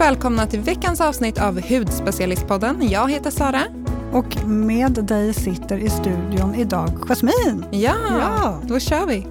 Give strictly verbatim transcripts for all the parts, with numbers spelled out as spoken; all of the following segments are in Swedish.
välkomna till veckans avsnitt av Hudspecialistpodden. Jag heter Sara. Och med dig sitter i studion idag Jasmin. Ja, ja, då kör vi.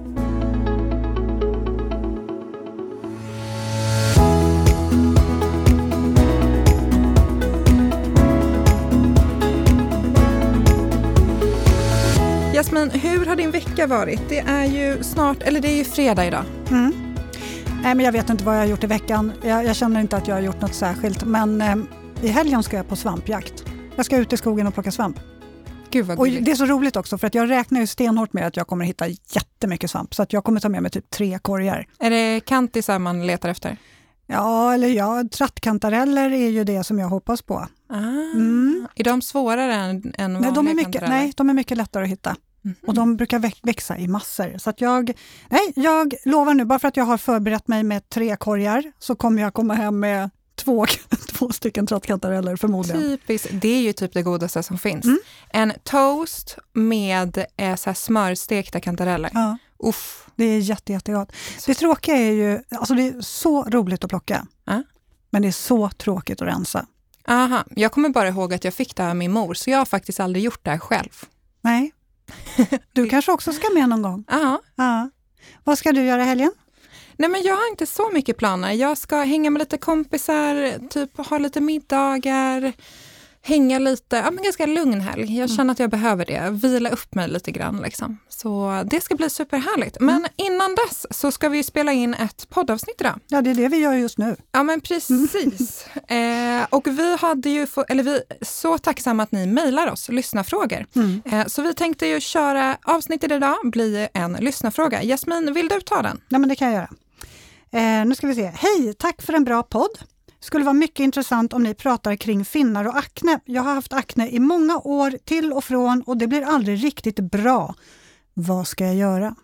Jasmin, hur har din vecka varit? Det är ju snart, eller det är ju fredag idag. Mm. Nej, men jag vet inte vad jag har gjort i veckan. Jag, jag känner inte att jag har gjort något särskilt. Men eh, i helgen ska jag på svampjakt. Jag ska ut i skogen och plocka svamp. Gud vad och gulligt. det är så roligt också för att jag räknar ju stenhårt med att jag kommer hitta jättemycket svamp. Så att jag kommer ta med mig typ tre korgar. Är det kantisar man letar efter? Ja, eller ja, trattkantareller är ju det som jag hoppas på. Ah, mm. Är de svårare än, än vanliga nej, de är mycket, kantareller? Nej, de är mycket lättare att hitta. Mm-hmm. Och de brukar väx- växa i massor. Så att jag, nej, jag lovar nu, bara för att jag har förberett mig med tre korgar så kommer jag komma hem med två, två stycken trattkantareller förmodligen. Typiskt, det är ju typ det godaste som finns. Mm. En toast med eh, så här smörstekta kantareller. Ja. Uff. Det är jätte, jättegott. Det tråkiga är ju, alltså det är så roligt att plocka. Ah. Men det är så tråkigt att rensa. Aha, jag kommer bara ihåg att jag fick det här av min mor, så jag har faktiskt aldrig gjort det här själv. Nej. Du kanske också ska med någon gång. Ja. Ja. Vad ska du göra i helgen? Nej, men jag har inte så mycket planer. Jag ska hänga med lite kompisar, typ ha lite middagar, hänga lite. Ja, men ganska lugn helg. Jag känner att jag behöver det. Vila upp mig lite grann liksom. Så det ska bli superhärligt. Men mm. innan dess så ska vi spela in ett poddavsnitt idag. Ja, det är det vi gör just nu. Ja, men precis. Mm. Eh, och vi hade ju, få, eller vi är så tacksamma att ni mejlar oss lyssnarfrågor. Mm. Eh, så vi tänkte ju köra avsnittet idag, bli en lyssnarfråga. Jasmin, vill du ta den? Ja, men det kan jag göra. Eh, nu ska vi se. Hej, tack för en bra podd. Skulle vara mycket intressant om ni pratar kring finnar och akne. Jag har haft akne i många år till och från och det blir aldrig riktigt bra. Vad ska jag göra?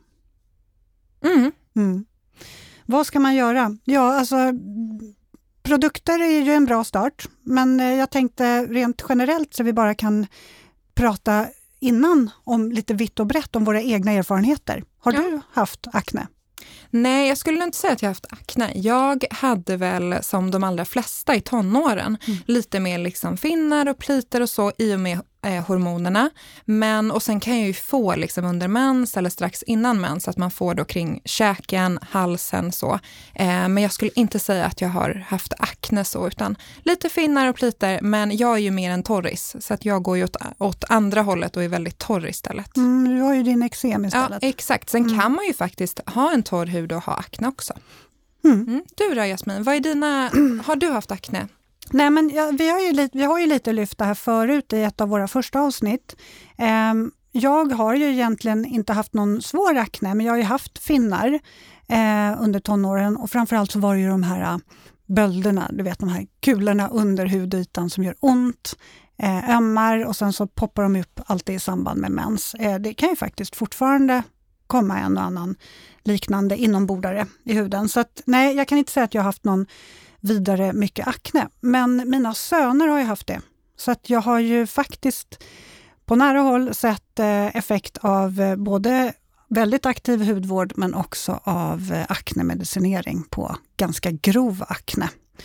Mm. Mm. Vad ska man göra? Ja, alltså produkter är ju en bra start. Men jag tänkte rent generellt så vi bara kan prata innan om lite vitt och brett om våra egna erfarenheter. Har ja. du haft akne? Nej, jag skulle inte säga att jag har haft akne. Jag hade väl som de allra flesta i tonåren mm. lite mer liksom finnar och plitor och så i och med eh, hormonerna. Men, och sen kan jag ju få liksom under mens eller strax innan mens att man får då kring käken, halsen så. Eh, men jag skulle inte säga att jag har haft akne så utan lite finnar och plitor. Men jag är ju mer en torris så att jag går ju åt, åt andra hållet och är väldigt torr istället. Mm, du har ju din eksem istället. Ja, exakt. Sen mm. kan man ju faktiskt ha en torr hud och ha akne också. Mm. Mm. Du då Jasmin, vad är dina, har du haft akne? Nej, men ja, vi, har ju lite, vi har ju lite lyft det här förut i ett av våra första avsnitt. Eh, jag har ju egentligen inte haft någon svår akne, men jag har ju haft finnar eh, under tonåren och framförallt så var det ju de här bölderna, du vet de här kulorna under hudytan som gör ont, eh, ömmar och sen så poppar de upp alltid i samband med mens. Eh, det kan ju faktiskt fortfarande komma en och annan liknande inombordare i huden. Så att, nej, jag kan inte säga att jag har haft någon vidare mycket akne. Men mina söner har ju haft det. Så att jag har ju faktiskt på nära håll sett eh, effekt av eh, både väldigt aktiv hudvård men också av eh, aknemedicinering på ganska grov akne.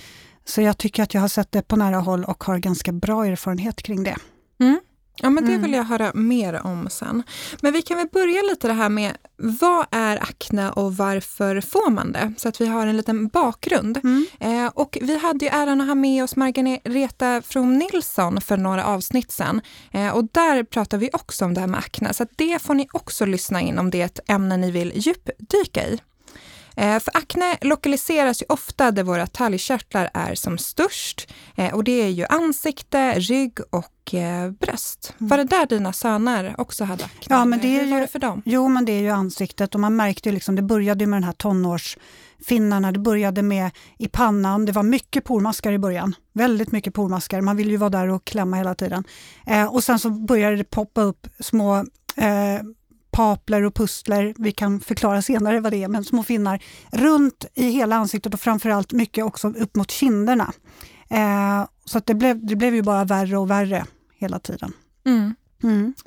Så jag tycker att jag har sett det på nära håll och har ganska bra erfarenhet kring det. Mm. Ja, men det vill jag höra mer om sen. Men vi kan väl börja lite det här med vad är akne och varför får man det? Så att vi har en liten bakgrund. Mm. Eh, och vi hade ju äran att ha med oss Margareta From Nilsson för några avsnitt sedan. Eh, och där pratar vi också om det här med akne. Så att det får ni också lyssna in om det är ett ämne ni vill djupdyka i. Eh, för akne lokaliseras ju ofta där våra talgkörtlar är som störst. Eh, och det är ju ansikte, rygg och eh, bröst. Mm. Var det där dina söner också hade akne? Ja, men det är Hur var ju, det för dem? Jo, men det är ju ansiktet och man märkte ju liksom, det började ju med den här tonårsfinnarna. Det började med i pannan. Det var mycket pormaskar i början. Väldigt mycket pormaskar. Man vill ju vara där och klämma hela tiden. Eh, och sen så började det poppa upp små eh, papler och pustler, vi kan förklara senare vad det är, men små finnar runt i hela ansiktet och framförallt mycket också upp mot kinderna. Eh, så att det blev, det blev ju bara värre och värre hela tiden. Mm. Mm.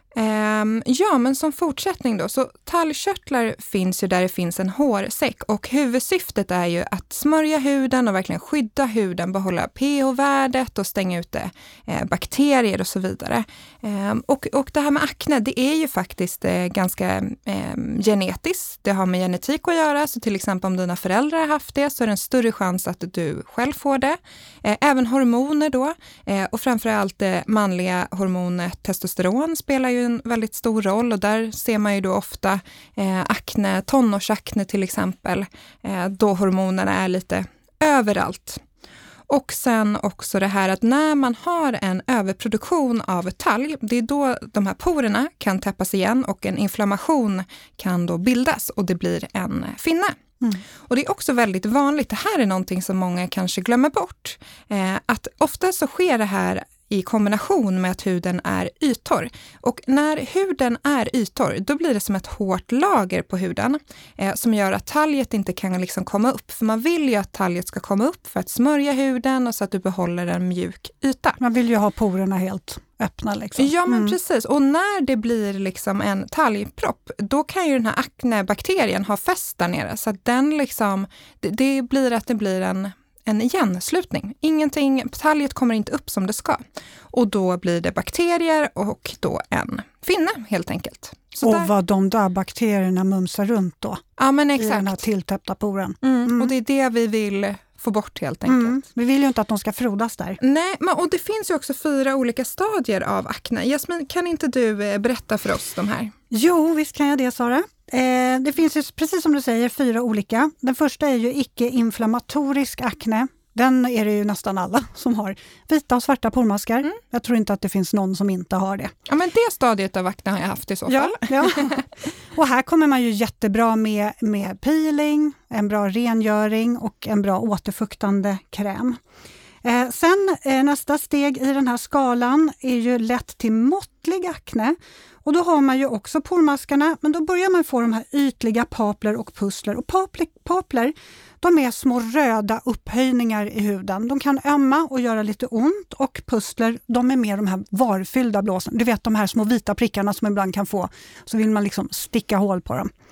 Um, ja, men som fortsättning då, så talgkörtlar finns ju där det finns en hårsäck och huvudsyftet är ju att smörja huden och verkligen skydda huden, behålla pH-värdet och stänga ute eh, bakterier och så vidare. Um, och, och det här med akne, det är ju faktiskt eh, ganska eh, genetiskt. Det har med genetik att göra, så till exempel om dina föräldrar har haft det så är det en större chans att du själv får det. Eh, även hormoner då, eh, och framförallt det manliga hormonet testosteron spelar ju en väldigt stor roll, och där ser man ju då ofta eh, akne, tonårsakne till exempel, eh, då hormonerna är lite överallt. Och sen också det här att när man har en överproduktion av talg, det är då de här porerna kan täppas igen och en inflammation kan då bildas och det blir en finne. Mm. Och det är också väldigt vanligt, det här är någonting som många kanske glömmer bort, eh, att ofta så sker det här i kombination med att huden är yttorr. Och när huden är yttorr, då blir det som ett hårt lager på huden eh, som gör att talget inte kan liksom komma upp. För man vill ju att talget ska komma upp för att smörja huden och så att du behåller en mjuk yta. Man vill ju ha porerna helt öppna. Liksom. Ja, men mm. precis. Och när det blir liksom en talgpropp, då kan ju den här aknebakterien ha fäst där nere. Så att den liksom, det, det blir att det blir en en igenslutning. Ingenting, talget kommer inte upp som det ska. Och då blir det bakterier och då en finne helt enkelt. Så och där... vad de där bakterierna mumsar runt då. Ja, men exakt. I den här tilltäppta poren. Mm. Mm. Och det är det vi vill få bort helt enkelt. Mm. Vi vill ju inte att de ska frodas där. Nej, men, och det finns ju också fyra olika stadier av akne. Jasmin, kan inte du berätta för oss de här? Jo, visst kan jag det, Sara. Eh, det finns ju, precis som du säger, fyra olika. Den första är ju icke-inflammatorisk akne. Den är det ju nästan alla som har. Vita och svarta pormaskar. Mm. Jag tror inte att det finns någon som inte har det. Ja, men det stadiet av akne har jag haft i så fall. Ja, ja. Och här kommer man ju jättebra med, med peeling, en bra rengöring och en bra återfuktande kräm. Eh, sen eh, nästa steg i den här skalan är ju lätt till måttlig akne. Och då har man ju också pormaskarna, men då börjar man få de här ytliga papler och pussler. Och papler, papler, de är små röda upphöjningar i huden. De kan ömma och göra lite ont, och pussler, de är mer de här varfyllda blåsen. Du vet de här små vita prickarna som man ibland kan få, så vill man liksom sticka hål på dem.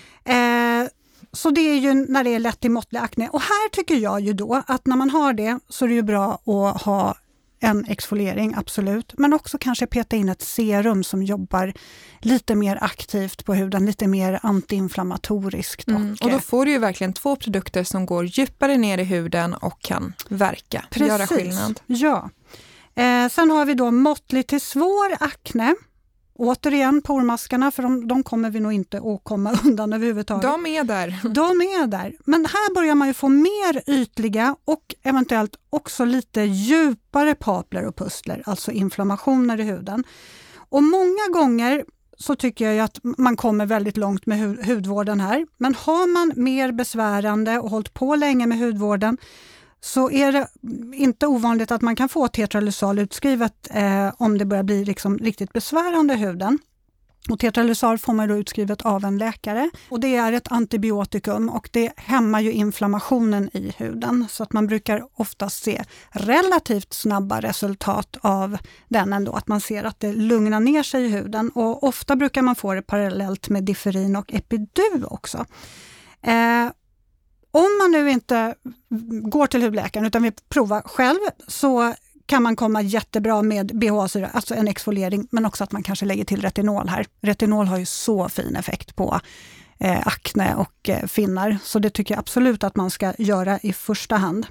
Eh, så det är ju när det är lätt till måttlig akne. Och här tycker jag ju då att när man har det så är det ju bra att ha en exfoliering, absolut. Men också kanske peta in ett serum som jobbar lite mer aktivt på huden, lite mer antiinflammatoriskt. Mm, och då får du ju verkligen två produkter som går djupare ner i huden och kan verka, Precis, göra skillnad. Ja. Eh, sen har vi då måttlig till svår akne. Återigen pormaskarna, för de, de kommer vi nog inte att komma undan överhuvudtaget. De är där. De är där. Men här börjar man ju få mer ytliga och eventuellt också lite djupare papler och pussler, alltså inflammationer i huden. Och många gånger så tycker jag ju att man kommer väldigt långt med hu- hudvården här. Men har man mer besvärande och hållit på länge med hudvården, så är det inte ovanligt att man kan få tetralysal utskrivet eh, om det börjar bli liksom riktigt besvärande i huden. Och tetralysal får man då utskrivet av en läkare. Och det är ett antibiotikum och det hämmar ju inflammationen i huden. Så att man brukar oftast se relativt snabba resultat av den ändå. Att man ser att det lugnar ner sig i huden. Och ofta brukar man få det parallellt med Differin och Epidu också. Eh, Om man nu inte går till hudläkaren utan vill prova själv, så kan man komma jättebra med B H A-syra, alltså en exfoliering, men också att man kanske lägger till retinol här. Retinol har ju så fin effekt på eh, akne och eh, finnar, så det tycker jag absolut att man ska göra i första hand.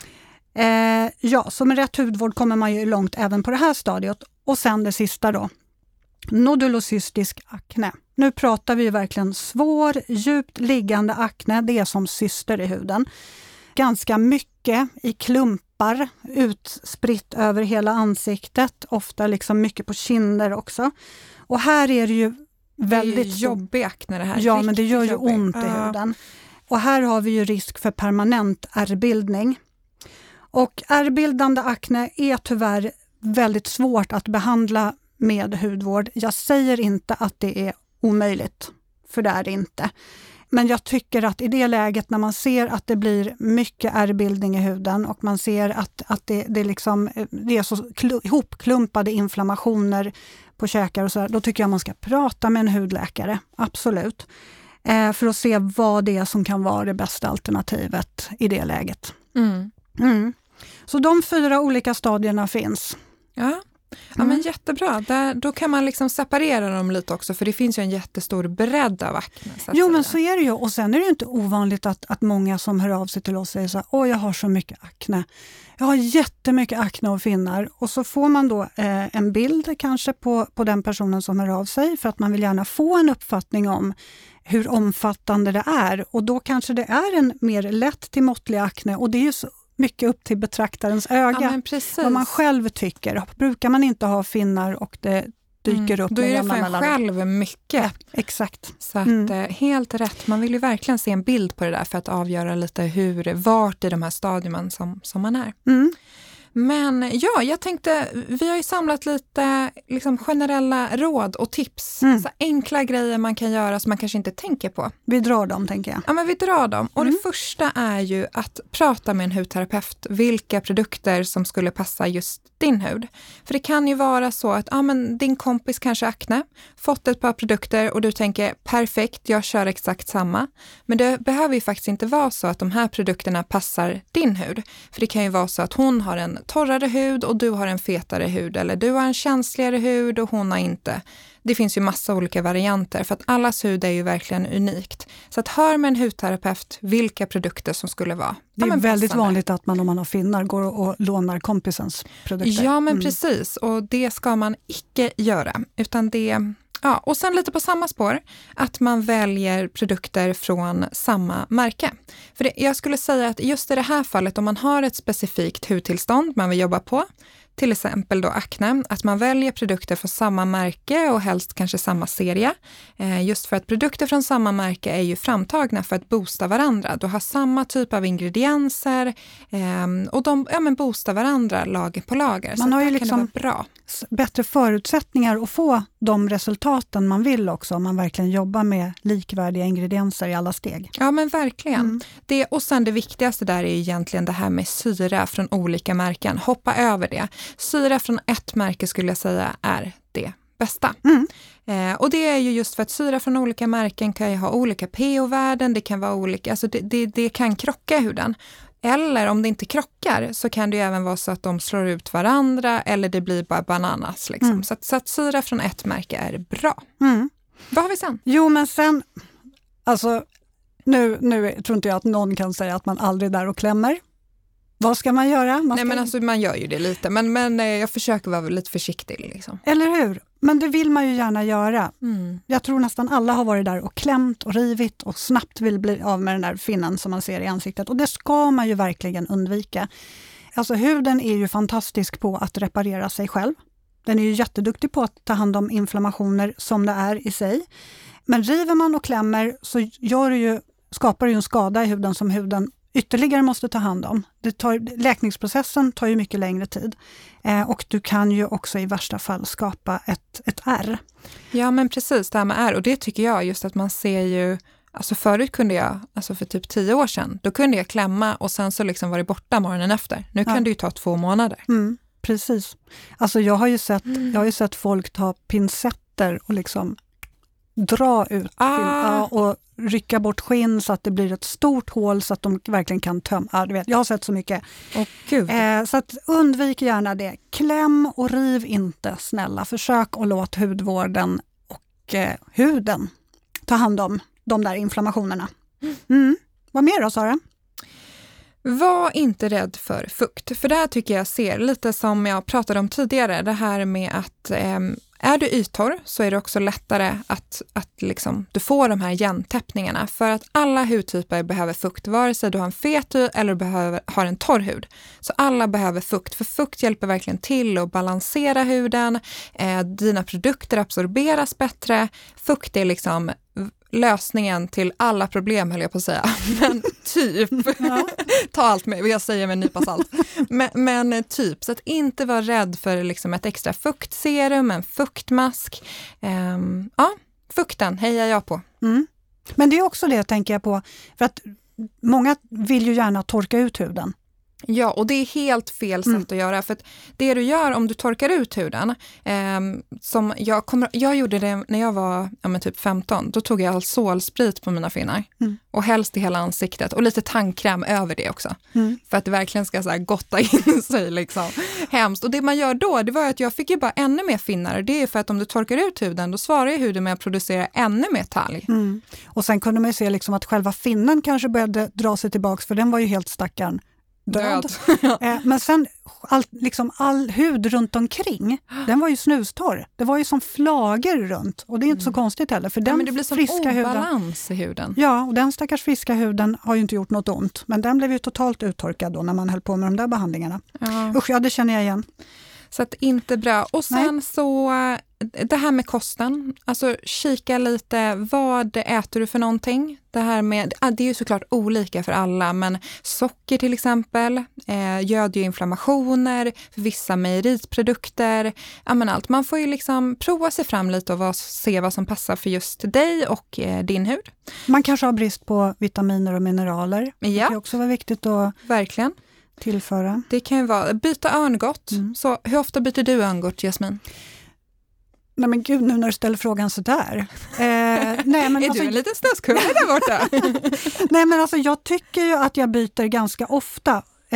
Eh, ja, så med rätt hudvård kommer man ju långt även på det här stadiet. Och sen det sista då, nodulocystisk akne. Nu pratar vi ju verkligen svår, djupt liggande akne. Det är som cyster i huden. Ganska mycket i klumpar, utspritt över hela ansiktet. Ofta liksom mycket på kinder också. Och här är det ju väldigt... Det är jobbig akne det här. Ja, Riktigt men det gör ju jobbig. ont i uh. huden. Och här har vi ju risk för permanent ärrbildning. Och ärrbildande akne är tyvärr väldigt svårt att behandla med hudvård. Jag säger inte att det är omöjligt, för det är det inte. Men jag tycker att i det läget när man ser att det blir mycket ärrbildning i huden och man ser att, att det, det, liksom, det är så kl- ihopklumpade inflammationer på käkar och så här, då tycker jag man ska prata med en hudläkare, absolut. Eh, för att se vad det är som kan vara det bästa alternativet i det läget. Mm. Mm. Så de fyra olika stadierna finns. Ja. Ja, men jättebra. Där, då kan man liksom separera dem lite också, för det finns ju en jättestor bredd av akne. Så jo, men så är det ju. Och sen är det ju inte ovanligt att, att många som hör av sig till oss säger så här, åh, jag har så mycket akne. Jag har jättemycket akne och finnar. Och så får man då eh, en bild kanske på, på den personen som hör av sig, för att man vill gärna få en uppfattning om hur omfattande det är. Och då kanske det är en mer lätt till måttlig akne, och det är ju så mycket upp till betraktarens öga. Ja, men precis. Vad man själv tycker. Brukar man inte ha finnar och det dyker mm. upp då med är det jämna för en mellanrum. själv mycket. Ja, exakt. Så att, Mm. eh, helt rätt. Man vill ju verkligen se en bild på det där för att avgöra lite hur, vart i de här stadierna som, som man är. Mm. Men ja, jag tänkte, vi har ju samlat lite liksom, generella råd och tips. Mm. Så enkla grejer man kan göra som man kanske inte tänker på. Vi drar dem, tänker jag. Ja, men vi drar dem. Och Mm. det första är ju att prata med en hudterapeut vilka produkter som skulle passa just din hud. För det kan ju vara så att ja, men din kompis kanske har akne, fått ett par produkter och du tänker perfekt, jag kör exakt samma. Men det behöver ju faktiskt inte vara så att de här produkterna passar din hud. För det kan ju vara så att hon har en torrare hud och du har en fetare hud, eller du har en känsligare hud och hon har inte. Det finns ju massa olika varianter, för att allas hud är ju verkligen unikt. Så att hör med en hudterapeut vilka produkter som skulle vara. Det är ja, väldigt passande. vanligt att man, om man har finnar, går och lånar kompisens produkter. Ja, men Mm. precis. Och det ska man icke göra. Utan det, ja, och sen lite på samma spår, att man väljer produkter från samma märke. För det, jag skulle säga att just i det här fallet, om man har ett specifikt hudtillstånd man vill jobba på, till exempel då akne, att man väljer produkter från samma märke och helst kanske samma serie. Eh, just för att produkter från samma märke är ju framtagna för att boosta varandra. Du har samma typ av ingredienser eh, och de ja, men boostar varandra lager på lager. Man så har ju kan liksom det vara bra. bättre förutsättningar att få de resultaten man vill också, om man verkligen jobbar med likvärdiga ingredienser i alla steg. Ja, men verkligen. Mm. Det, och sen det viktigaste där är egentligen det här med syra från olika märken. Hoppa över det. Syra från ett märke skulle jag säga är det bästa. Mm. Eh, och det är ju just för att syra från olika märken kan ju ha olika pH-värden, det kan vara olika, alltså det, det, det kan krocka i huden. Eller om det inte krockar så kan det ju även vara så att de slår ut varandra eller det blir bara bananas. Liksom. Mm. Så, att, så att syra från ett märke är bra. Mm. Vad har vi sen? Jo, men sen, alltså nu, nu tror inte jag att någon kan säga att man aldrig är där och klämmer. Vad ska man göra? Man Nej, ska... men alltså man gör ju det lite, men, men eh, jag försöker vara lite försiktig. Liksom. Eller hur? Men det vill man ju gärna göra. Mm. Jag tror nästan alla har varit där och klämt och rivit och snabbt vill bli av med den där finnen som man ser i ansiktet. Och det ska man ju verkligen undvika. Alltså huden är ju fantastisk på att reparera sig själv. Den är ju jätteduktig på att ta hand om inflammationer som det är i sig. Men river man och klämmer så gör det ju, skapar det ju en skada i huden som huden ytterligare måste ta hand om. Det tar, läkningsprocessen tar ju mycket längre tid. Eh, och du kan ju också i värsta fall skapa ett, ett ärr. Ja, men precis, det här med ärr. Och det tycker jag just att man ser ju, alltså förut kunde jag, alltså för typ tio år sedan, då kunde jag klämma och sen så liksom var det borta morgonen efter. Nu kan Ja. det ju ta två månader. Mm, precis. Alltså jag har ju sett, Mm. jag har ju sett folk ta pincetter och liksom dra ut Ah. till, ja, och rycka bort skinn så att det blir ett stort hål så att de verkligen kan tömma. Ja, du vet, jag har sett så mycket. Åh gud. Eh, så att undvik gärna det. Kläm och riv inte, snälla. Försök att låta hudvården och eh, huden ta hand om de där inflammationerna. Mm. Vad mer då, Sara? Var inte rädd för fukt. För det här tycker jag ser lite som jag pratade om tidigare. Det här med att eh, är du yttorr så är det också lättare att, att liksom, du får de här igentäppningarna. För att alla hudtyper behöver fukt. Vare sig du har en fet hud eller du behöver, har en torr hud. Så alla behöver fukt. För fukt hjälper verkligen till att balansera huden. Eh, dina produkter absorberas bättre. Fukt är liksom lösningen till alla problem, höll jag på att säga. Men typ. Ja. Ta allt med, jag säger med en nypa salt. Men, men typ, så att inte vara rädd för liksom ett extra fuktserum, en fuktmask. Um, ja, fukten hejar jag på. Mm. Men det är också det, tänker jag på, för att många vill ju gärna torka ut huden. Ja, och det är helt fel sätt mm. att göra. För att det du gör om du torkar ut huden, eh, som jag, kommer, jag gjorde det när jag var ja, men typ femton, då tog jag Alzolsprit på mina finnar. Mm. Och helst i hela ansiktet. Och lite tandkräm över det också. Mm. För att det verkligen ska så här gotta in sig liksom. Hemskt. Och det man gör då, det var att jag fick ju bara ännu mer finnar. Det är för att om du torkar ut huden, då svarar ju huden med att producera ännu mer talg. Mm. Och sen kunde man ju se liksom att själva finnen kanske började dra sig tillbaks, för den var ju helt stackaren. Död. eh, men sen all, liksom all hud runt omkring, den var ju snustorr. Det var ju som flager runt, och det är inte mm. så konstigt heller, för den ja, men det blir som friska obalans huden, i huden. Ja, och den stackars friska huden har ju inte gjort något ont, men den blev ju totalt uttorkad då när man höll på med de där behandlingarna. Ja. Usch, ja, det känner jag igen. Så att inte bra. Och sen Nej. så, det här med kosten. Alltså kika lite, vad äter du för någonting? Det här med, det är ju såklart olika för alla, men socker till exempel, eh, göder ju inflammationer, för vissa mejeritprodukter, ja men allt. Man får ju liksom prova sig fram lite och vad, se vad som passar för just dig och eh, din hud. Man kanske har brist på vitaminer och mineraler. Ja. Det kan också vara viktigt att verkligen tillföra. Det kan ju vara, byta örngott. Mm. Så hur ofta byter du örngott, Jasmin? Nej men gud, nu när du ställer frågan så där. Eh, nej, men är alltså, du en liten stöskulle där borta? Nej men alltså jag tycker ju att jag byter ganska ofta. Eh,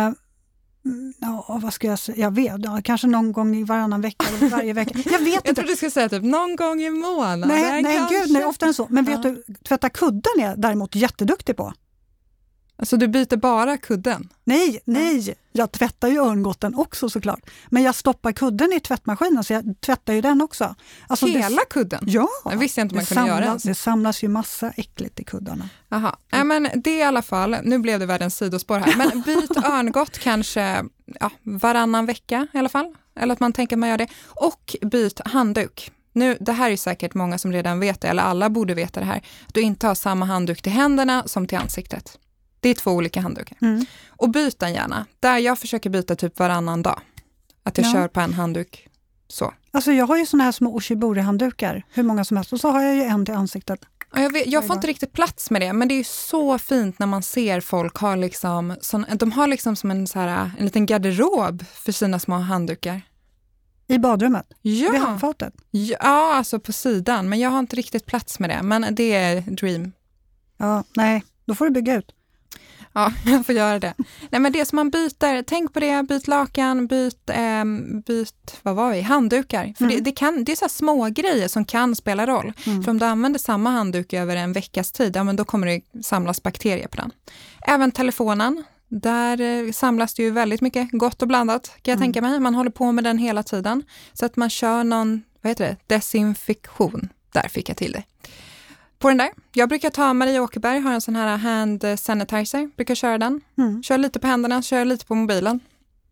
ja, vad ska jag säga? Jag vet, ja, kanske någon gång i varannan vecka eller varje vecka. Jag vet inte. Jag tror du skulle säga typ någon gång i månaden. Nej, nej kanske. gud, nej, ofta än så. Men vet ja. du, tvätta kudden är jag däremot jätteduktig på. Alltså du byter bara kudden? Nej, nej. Jag tvättar ju örngotten också såklart. Men jag stoppar kudden i tvättmaskinen, så jag tvättar ju den också. Alltså hela det, kudden? Ja. Jag visste inte man kunde samlas, göra ens. Det samlas ju massa äckligt i kuddarna. Jaha, ja, men det i alla fall, nu blev det världens sidospår här. Men byt örngott kanske ja, varannan vecka i alla fall. Eller att man tänker att man gör det. Och byt handduk. Nu, det här är säkert många som redan vet det, eller alla borde veta det här. Att du inte har samma handduk till händerna som till ansiktet. Det är två olika handdukar. Mm. Och byt den gärna. Där jag försöker byta typ varannan dag. Att jag ja. kör på en handduk. Så. Alltså jag har ju såna här små Oshibori-handdukar. Hur många som helst. Och så har jag ju en till ansiktet. Och jag, vet, jag får inte riktigt plats med det. Men det är ju så fint när man ser folk har liksom... Sån, de har liksom som en, så här, en liten garderob för sina små handdukar. I badrummet? Ja. Vid handfatet? Ja, alltså på sidan. Men jag har inte riktigt plats med det. Men det är dream. Ja, nej. Då får du bygga ut. Ja, jag får göra det. Nej, men det som man byter, tänk på det, byt lakan, byt, eh, byt vad var vi, handdukar. För mm. det, det, kan, det är så här små grejer som kan spela roll. Mm. För om du använder samma handduk över en veckas tid, ja, men då kommer det samlas bakterier på den. Även telefonen, där eh, samlas det ju väldigt mycket gott och blandat, kan jag mm. tänka mig. Man håller på med den hela tiden. Så att man kör någon, vad heter det, desinfektion. Där fick jag till det. På den där. Jag brukar ta Maria Åkerberg, har en sån här hand sanitizer. Brukar köra den. Mm. Kör lite på händerna, kör lite på mobilen.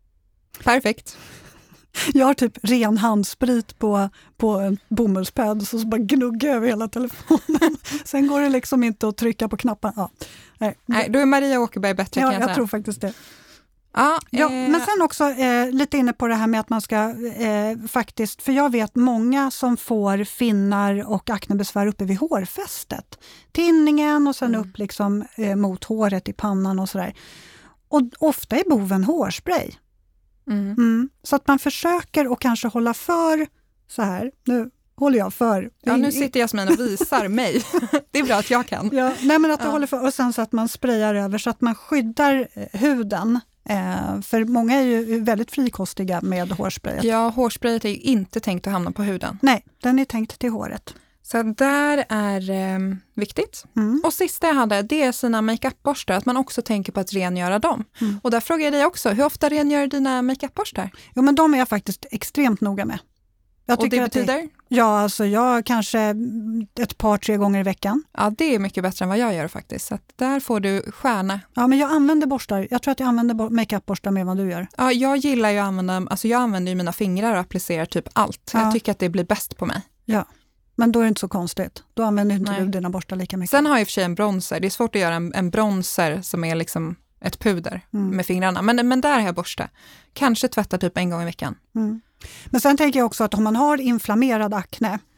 Perfekt. Jag har typ ren handsprit på, på en bomullspäd, så, så bara gnugga över hela telefonen. Sen går det liksom inte att trycka på knappen. Ja. Nej. Nej, då är Maria Åkerberg bättre, ja, kan jag säga. Jag tror faktiskt det. Ja, ja, eh... men sen också eh, lite inne på det här med att man ska eh, faktiskt, för jag vet många som får finnar och aknebesvär uppe vid hårfästet. Tinningen och sen mm. upp liksom eh, mot håret i pannan och sådär. Och ofta är boven hårspray. Mm. Mm. Så att man försöker och kanske hålla för så här, nu håller jag för. Ja, nu sitter Jasmin och visar mig. Det är bra att jag kan. Ja, nej men att du ja. håller för, och sen så att man sprayar över så att man skyddar huden. Eh, för många är ju väldigt frikostiga med hårsprayet. Ja, hårsprayet är ju inte tänkt att hamna på huden. Nej, den är tänkt till håret. Så där är eh, viktigt. Mm. Och sista jag hade, det är sina make-up-borstar. Att man också tänker på att rengöra dem. Mm. Och där frågar jag dig också, hur ofta rengör du dina make-up-borstar? Jo, men de är jag faktiskt extremt noga med. Jag och det betyder? Det, ja, alltså jag kanske ett par, tre gånger i veckan. Ja, det är mycket bättre än vad jag gör faktiskt. Så att där får du stjärna. Ja, men jag använder borstar. Jag tror att jag använder make-up-borstar mer än vad du gör. Ja, jag gillar ju att använda, alltså jag använder ju mina fingrar och applicerar typ allt. Ja. Jag tycker att det blir bäst på mig. Ja, men då är det inte så konstigt. Då använder inte Nej. du dina borstar lika mycket. Sen har jag i och för sig en bronzer. Det är svårt att göra en, en bronzer som är liksom ett puder mm. med fingrarna. Men, men där har jag borsta. Kanske tvätta typ en gång i veckan. Mm. Men sen tänker jag också att om man har inflammerad akne,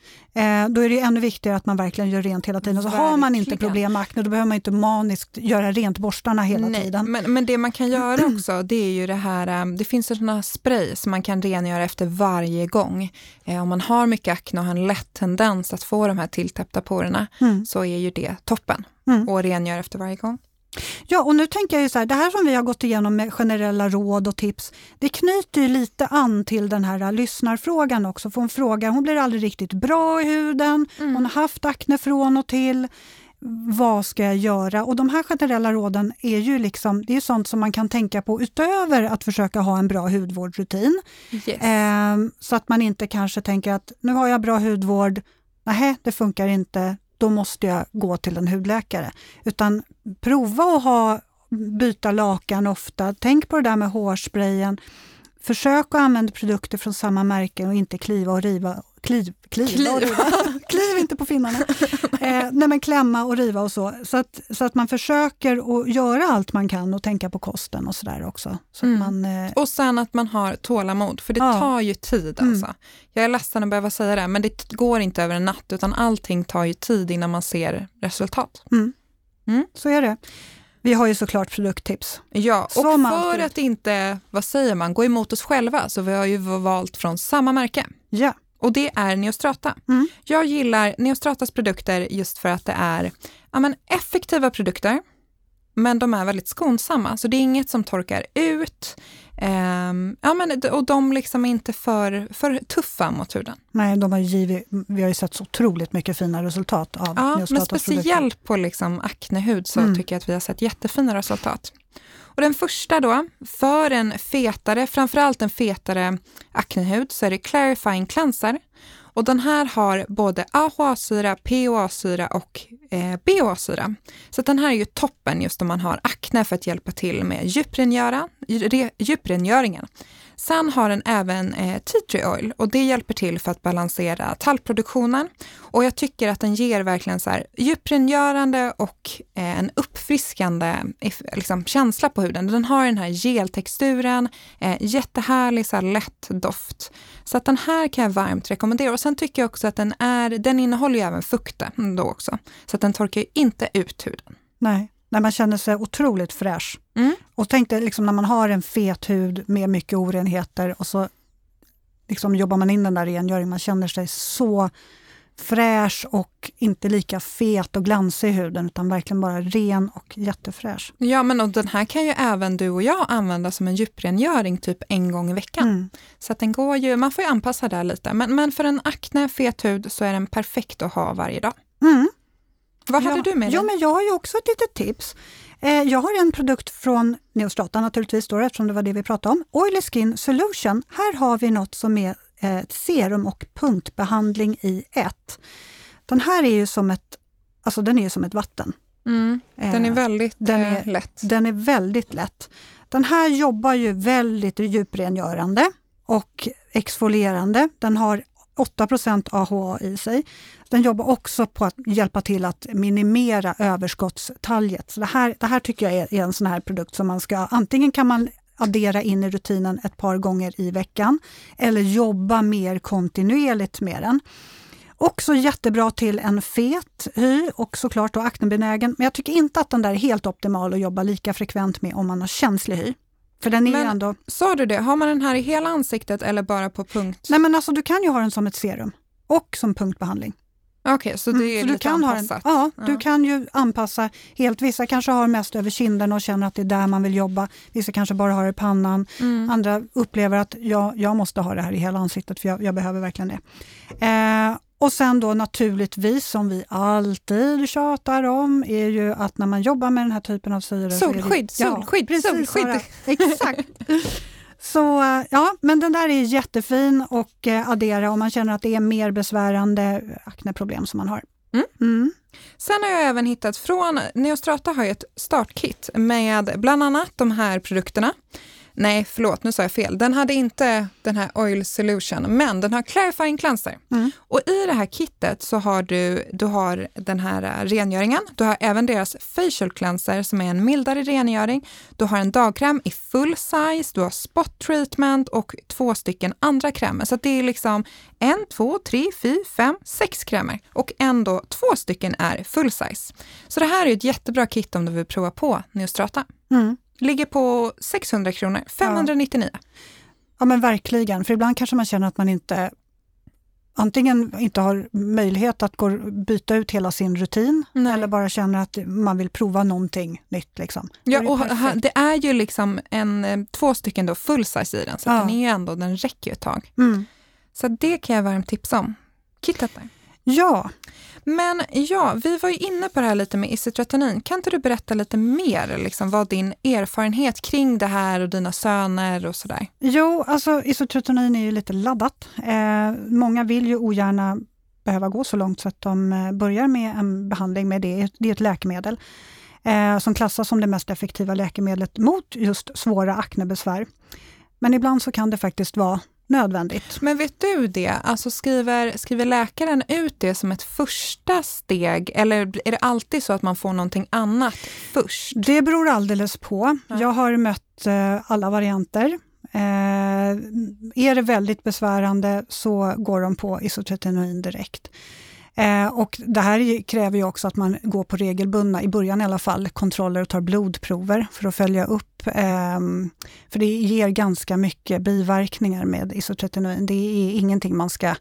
eh, då är det ännu viktigare att man verkligen gör rent hela tiden. Så har man inte problem med akne, då behöver man inte maniskt göra rent borstarna hela Nej, tiden. Men, men det man kan göra också, det är ju det här, det finns sådana spray som man kan rengöra efter varje gång. Eh, om man har mycket akne och har en lätt tendens att få de här tilltäppta porerna, mm. så är ju det toppen. Mm. Och rengöra efter varje gång. Ja, och nu tänker jag ju så här, det här som vi har gått igenom med generella råd och tips, det knyter ju lite an till den här lyssnarfrågan också. För hon frågar, hon blir aldrig riktigt bra i huden, mm. hon har haft akne från och till, vad ska jag göra? Och de här generella råden är ju liksom, det är sånt som man kan tänka på utöver att försöka ha en bra hudvårdsrutin. Yes. Eh, så att man inte kanske tänker att nu har jag bra hudvård, nej det funkar inte, då måste jag gå till en hudläkare. Utan prova att ha, byta lakan ofta. Tänk på det där med hårsprayen. Försök att använda produkter från samma märke och inte kliva och riva. Kliv, kliv, kliv. Och riva. Kliv inte på finnarna. eh, nej men klämma och riva och så. Så att, så att man försöker att göra allt man kan och tänka på kosten och sådär också. Så mm. att man, eh... Och sen att man har tålamod, för det ja. tar ju tid alltså. Mm. Jag är ledsen att behöva säga det, men det går inte över en natt, utan allting tar ju tid innan man ser resultat. Mm. Mm. Så är det. Vi har ju såklart produkttips. Ja, och Som för alltid. Att inte, vad säger man, gå emot oss själva, så vi har ju valt från samma märke. Ja. Och det är Neostrata. Mm. Jag gillar Neostratas produkter just för att det är ja, men effektiva produkter, men de är väldigt skonsamma. Så det är inget som torkar ut. Um, ja, men, och de liksom är inte för, för tuffa mot huden. Nej, de har givit, vi har ju sett så otroligt mycket fina resultat av ja, Neostratas men speciellt produkter. På liksom aknehud så mm. tycker jag att vi har sett jättefina resultat. Och den första då, för en fetare, framförallt en fetare aknehud, så är det Clarifying Cleanser. Och den här har både A H A-syra, P O A-syra och eh, B O A-syra. Så att den här är ju toppen just om man har akne för att hjälpa till med djuprengöra, re, djuprengöringen. Sen har den även eh, tea tree oil och det hjälper till för att balansera tallproduktionen. Och jag tycker att den ger verkligen så här djuprengörande och eh, en uppfriskande liksom, känsla på huden. Den har den här geltexturen, eh, jättehärlig så här, lätt doft. Så att den här kan jag varmt rekommendera. Och sen tycker jag också att den, är, den innehåller ju även fukte då också. Så att den torkar ju inte ut huden. Nej. När man känner sig otroligt fräsch. Mm. Och tänk dig liksom när man har en fet hud med mycket orenheter och så liksom jobbar man in den där rengöringen. Man känner sig så fräsch och inte lika fet och glansig i huden utan verkligen bara ren och jättefräsch. Ja, men och den här kan ju även du och jag använda som en djuprengöring typ en gång i veckan. Mm. Så att den går ju, man får ju anpassa där lite. Men, men för en akne, fet hud så är den perfekt att ha varje dag. Mm. Vad ja, hade du med dig? Ja, men jag har ju också ett litet tips. Eh, jag har en produkt från Neostrata naturligtvis då, eftersom det var det vi pratade om. Oily Skin Solution. Här har vi något som är eh, serum och punktbehandling i ett. Den här är ju som ett, alltså den är ju som ett vatten. Mm, den är väldigt eh, den är, lätt. Den är väldigt lätt. Den här jobbar ju väldigt djuprengörande och exfolierande. Den har åtta procent A H A i sig. Den jobbar också på att hjälpa till att minimera överskottstalget. Så det här, det här tycker jag är, är en sån här produkt som man ska, antingen kan man addera in i rutinen ett par gånger i veckan eller jobba mer kontinuerligt med den. Också jättebra till en fet hy och såklart då aknebenägen. Men jag tycker inte att den där är helt optimal att jobba lika frekvent med om man har känslig hy. För den är men, ändå... sa du det? Har man den här i hela ansiktet eller bara på punkt? Nej, men alltså du kan ju ha den som ett serum och som punktbehandling. Okej, okay, så det är mm, så lite du kan anpassat? Ha den, ja, ja, du kan ju anpassa helt. Vissa kanske har mest över kinden och känner att det är där man vill jobba. Vissa kanske bara har det i pannan. Mm. Andra upplever att jag, jag måste ha det här i hela ansiktet för jag, jag behöver verkligen det. Eh, Och sen då naturligtvis, som vi alltid tjatar om, är ju att när man jobbar med den här typen av syre... Solskydd, så är det, solskydd, ja, precis, solskydd. Exakt. Så ja, men den där är jättefin och eh, addera om man känner att det är mer besvärande akneproblem som man har. Mm. Mm. Sen har jag även hittat från Neostrata har ju ett startkit med bland annat de här produkterna. Nej, förlåt, nu sa jag fel. Den hade inte den här Oil Solution, men den har Clarifying Cleanser. Mm. Och i det här kittet så har du, du har den här rengöringen. Du har även deras Facial Cleanser som är en mildare rengöring. Du har en dagkräm i full size, du har spot treatment och två stycken andra krämer. Så det är liksom en, två, tre, fyra, fem, sex krämer. Och ändå två stycken är full size. Så det här är ett jättebra kit om du vill prova på Neostrata. Mm. Ligger på sexhundra kronor, femhundranittionio. Ja. ja men verkligen, för ibland kanske man känner att man inte antingen inte har möjlighet att gå, byta ut hela sin rutin. Nej. Eller bara känner att man vill prova någonting nytt. Liksom. Ja, och perfekt. Det är ju liksom en, två stycken då full size i den, så ja. Den är ju ändå, den räcker ju ett tag. Mm. Så det kan jag varmt tipsa om. Kittet där. Ja. Men ja, vi var ju inne på det här lite med isotretinoin. Kan inte du berätta lite mer, liksom, vad din erfarenhet kring det här och dina söner och sådär? Jo, alltså isotretinoin är ju lite laddat. Eh, många vill ju ogärna behöva gå så långt så att de börjar med en behandling med det. Det är ett läkemedel eh, som klassas som det mest effektiva läkemedlet mot just svåra aknebesvär. Men ibland så kan det faktiskt vara nödvändigt. Men vet du det? Alltså skriver, skriver läkaren ut det som ett första steg, eller är det alltid så att man får någonting annat först? Det beror alldeles på. Ja. Jag har mött eh, alla varianter. Eh, är det väldigt besvärande så går de på isotretinoin direkt. Eh, och det här kräver ju också att man går på regelbundna, i början i alla fall, kontroller och tar blodprover för att följa upp. Eh, för det ger ganska mycket biverkningar med isotretinoin. Det är ingenting man ska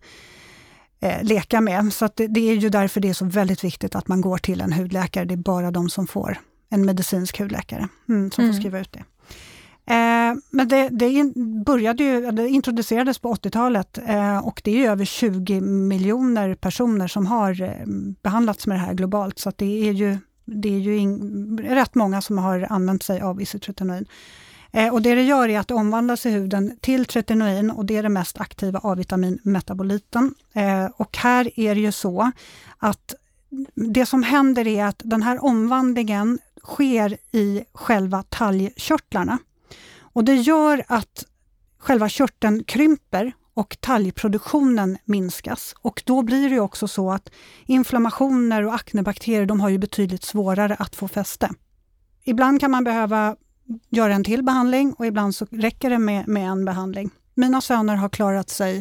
eh, leka med. Så att det, det är ju därför det är så väldigt viktigt att man går till en hudläkare. Det är bara de som får en medicinsk hudläkare mm, som mm. får skriva ut det. Eh, men det, det började ju, det introducerades på åttiotalet eh, och det är ju över tjugo miljoner personer som har eh, behandlats med det här globalt, så att det är ju, det är ju in, rätt många som har använt sig av isotretinoin. Eh, och det det gör är att det omvandlas i huden till tretinoin, och det är det mest aktiva A-vitaminmetaboliten. Eh, och här är det ju så att det som händer är att den här omvandlingen sker i själva talgkörtlarna. Och det gör att själva körteln krymper och talgproduktionen minskas. Och då blir det också så att inflammationer och aknebakterier, de har ju betydligt svårare att få fäste. Ibland kan man behöva göra en till behandling och ibland så räcker det med, med en behandling. Mina söner har klarat sig.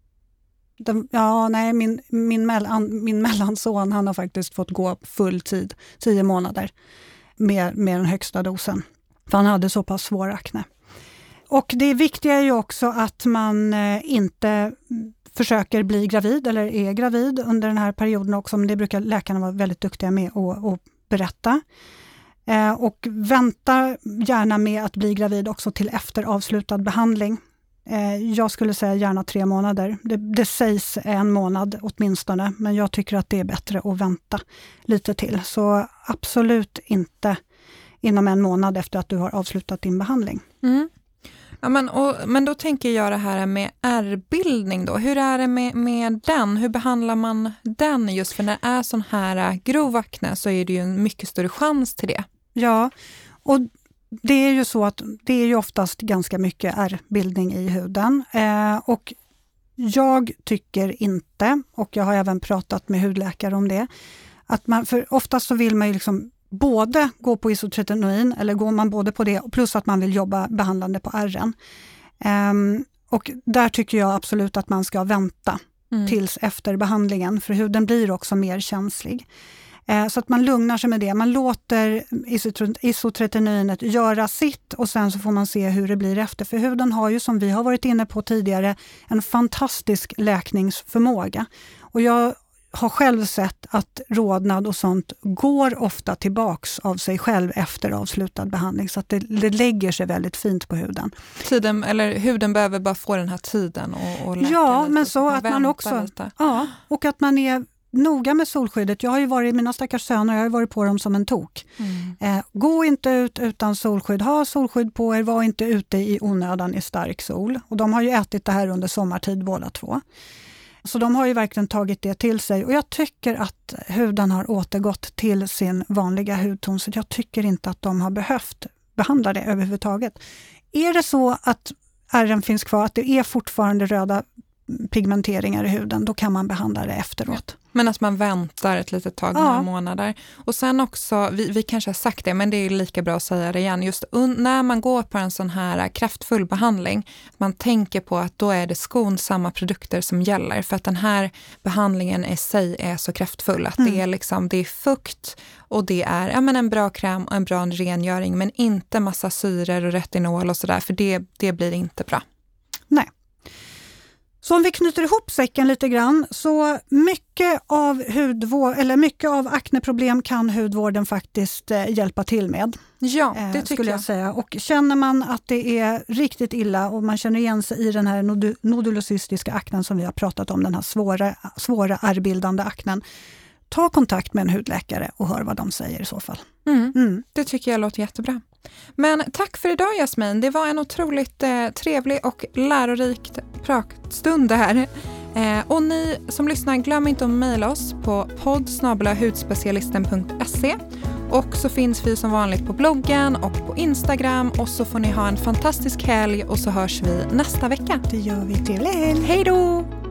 De, ja, nej, min, min, mellan, min mellanson, han har faktiskt fått gå full tid, tio månader med, med den högsta dosen. För han hade så pass svår akne. Och det viktiga är ju också att man eh, inte försöker bli gravid eller är gravid under den här perioden också. Det brukar läkarna vara väldigt duktiga med att, att berätta. Eh, och vänta gärna med att bli gravid också till efter avslutad behandling. Eh, jag skulle säga gärna tre månader. Det, det sägs en månad åtminstone, men jag tycker att det är bättre att vänta lite till. Så absolut inte inom en månad efter att du har avslutat din behandling. Mm. Ja, men, och, men då tänker jag det här med ärrbildning då. Hur är det med, med den? Hur behandlar man den? Just för när det är sån här grov akne så är det ju en mycket större chans till det. Ja, och det är ju så att det är ju oftast ganska mycket ärrbildning i huden. Eh, och jag tycker inte, och jag har även pratat med hudläkare om det, att man, för oftast så vill man ju liksom både gå på isotretinoin, eller går man både på det plus att man vill jobba behandlande på ärren. Um, och där tycker jag absolut att man ska vänta mm. tills efter behandlingen, för huden blir också mer känslig. Uh, så att man lugnar sig med det. Man låter isotretinoinet göra sitt och sen så får man se hur det blir efter. För huden har ju, som vi har varit inne på tidigare, en fantastisk läkningsförmåga. Och jag har själv sett att rodnad och sånt går ofta tillbaks av sig själv efter avslutad behandling, så att det, det lägger sig väldigt fint på huden. Tiden, eller huden behöver bara få den här tiden och, och läka ja, lite. Men så att man också lite. Ja, och att man är noga med solskyddet. Jag har ju varit, mina stackars söner, jag har ju varit på dem som en tok. Mm. Eh, gå inte ut utan solskydd. Ha solskydd på er, var inte ute i onödan i stark sol. Och de har ju ätit det här under sommartid båda två. Så de har ju verkligen tagit det till sig. Och jag tycker att huden har återgått till sin vanliga hudton. Så jag tycker inte att de har behövt behandla det överhuvudtaget. är det så att ärren finns kvar, att det är fortfarande röda pigmenteringar i huden, då kan man behandla det efteråt. Men att man väntar ett litet tag, några ja. månader. Och sen också, vi, vi kanske har sagt det, men det är lika bra att säga det igen. Just un, när man går på en sån här kraftfull behandling, man tänker på att då är det skonsamma produkter som gäller. För att den här behandlingen i sig är så kraftfull. Att mm. det, är liksom, det är fukt och det är ja, men en bra kräm och en bra rengöring. Men inte massa syror och retinol och sådär, för det, det blir inte bra. Nej. Så om vi knyter ihop säcken lite grann, så mycket av hudvård, eller mycket av akneproblem kan hudvården faktiskt eh, hjälpa till med. Ja, det eh, tycker skulle jag. jag säga. Och känner man att det är riktigt illa och man känner igen sig i den här nod- nodulocystiska aknen som vi har pratat om, den här svåra, svåra ärrbildande aknen, ta kontakt med en hudläkare och hör vad de säger i så fall. Mm. Mm. Det tycker jag låter jättebra. Men tack för idag, Jasmin. Det var en otroligt eh, trevlig och lärorikt pratstund det här. Eh, och ni som lyssnar, glöm inte att mejla oss på podd snabel-a hudspecialisten punkt se. Och så finns vi som vanligt på bloggen och på Instagram. Och så får ni ha en fantastisk helg och så hörs vi nästa vecka. Det gör vi. Trevlig helg. Hej då!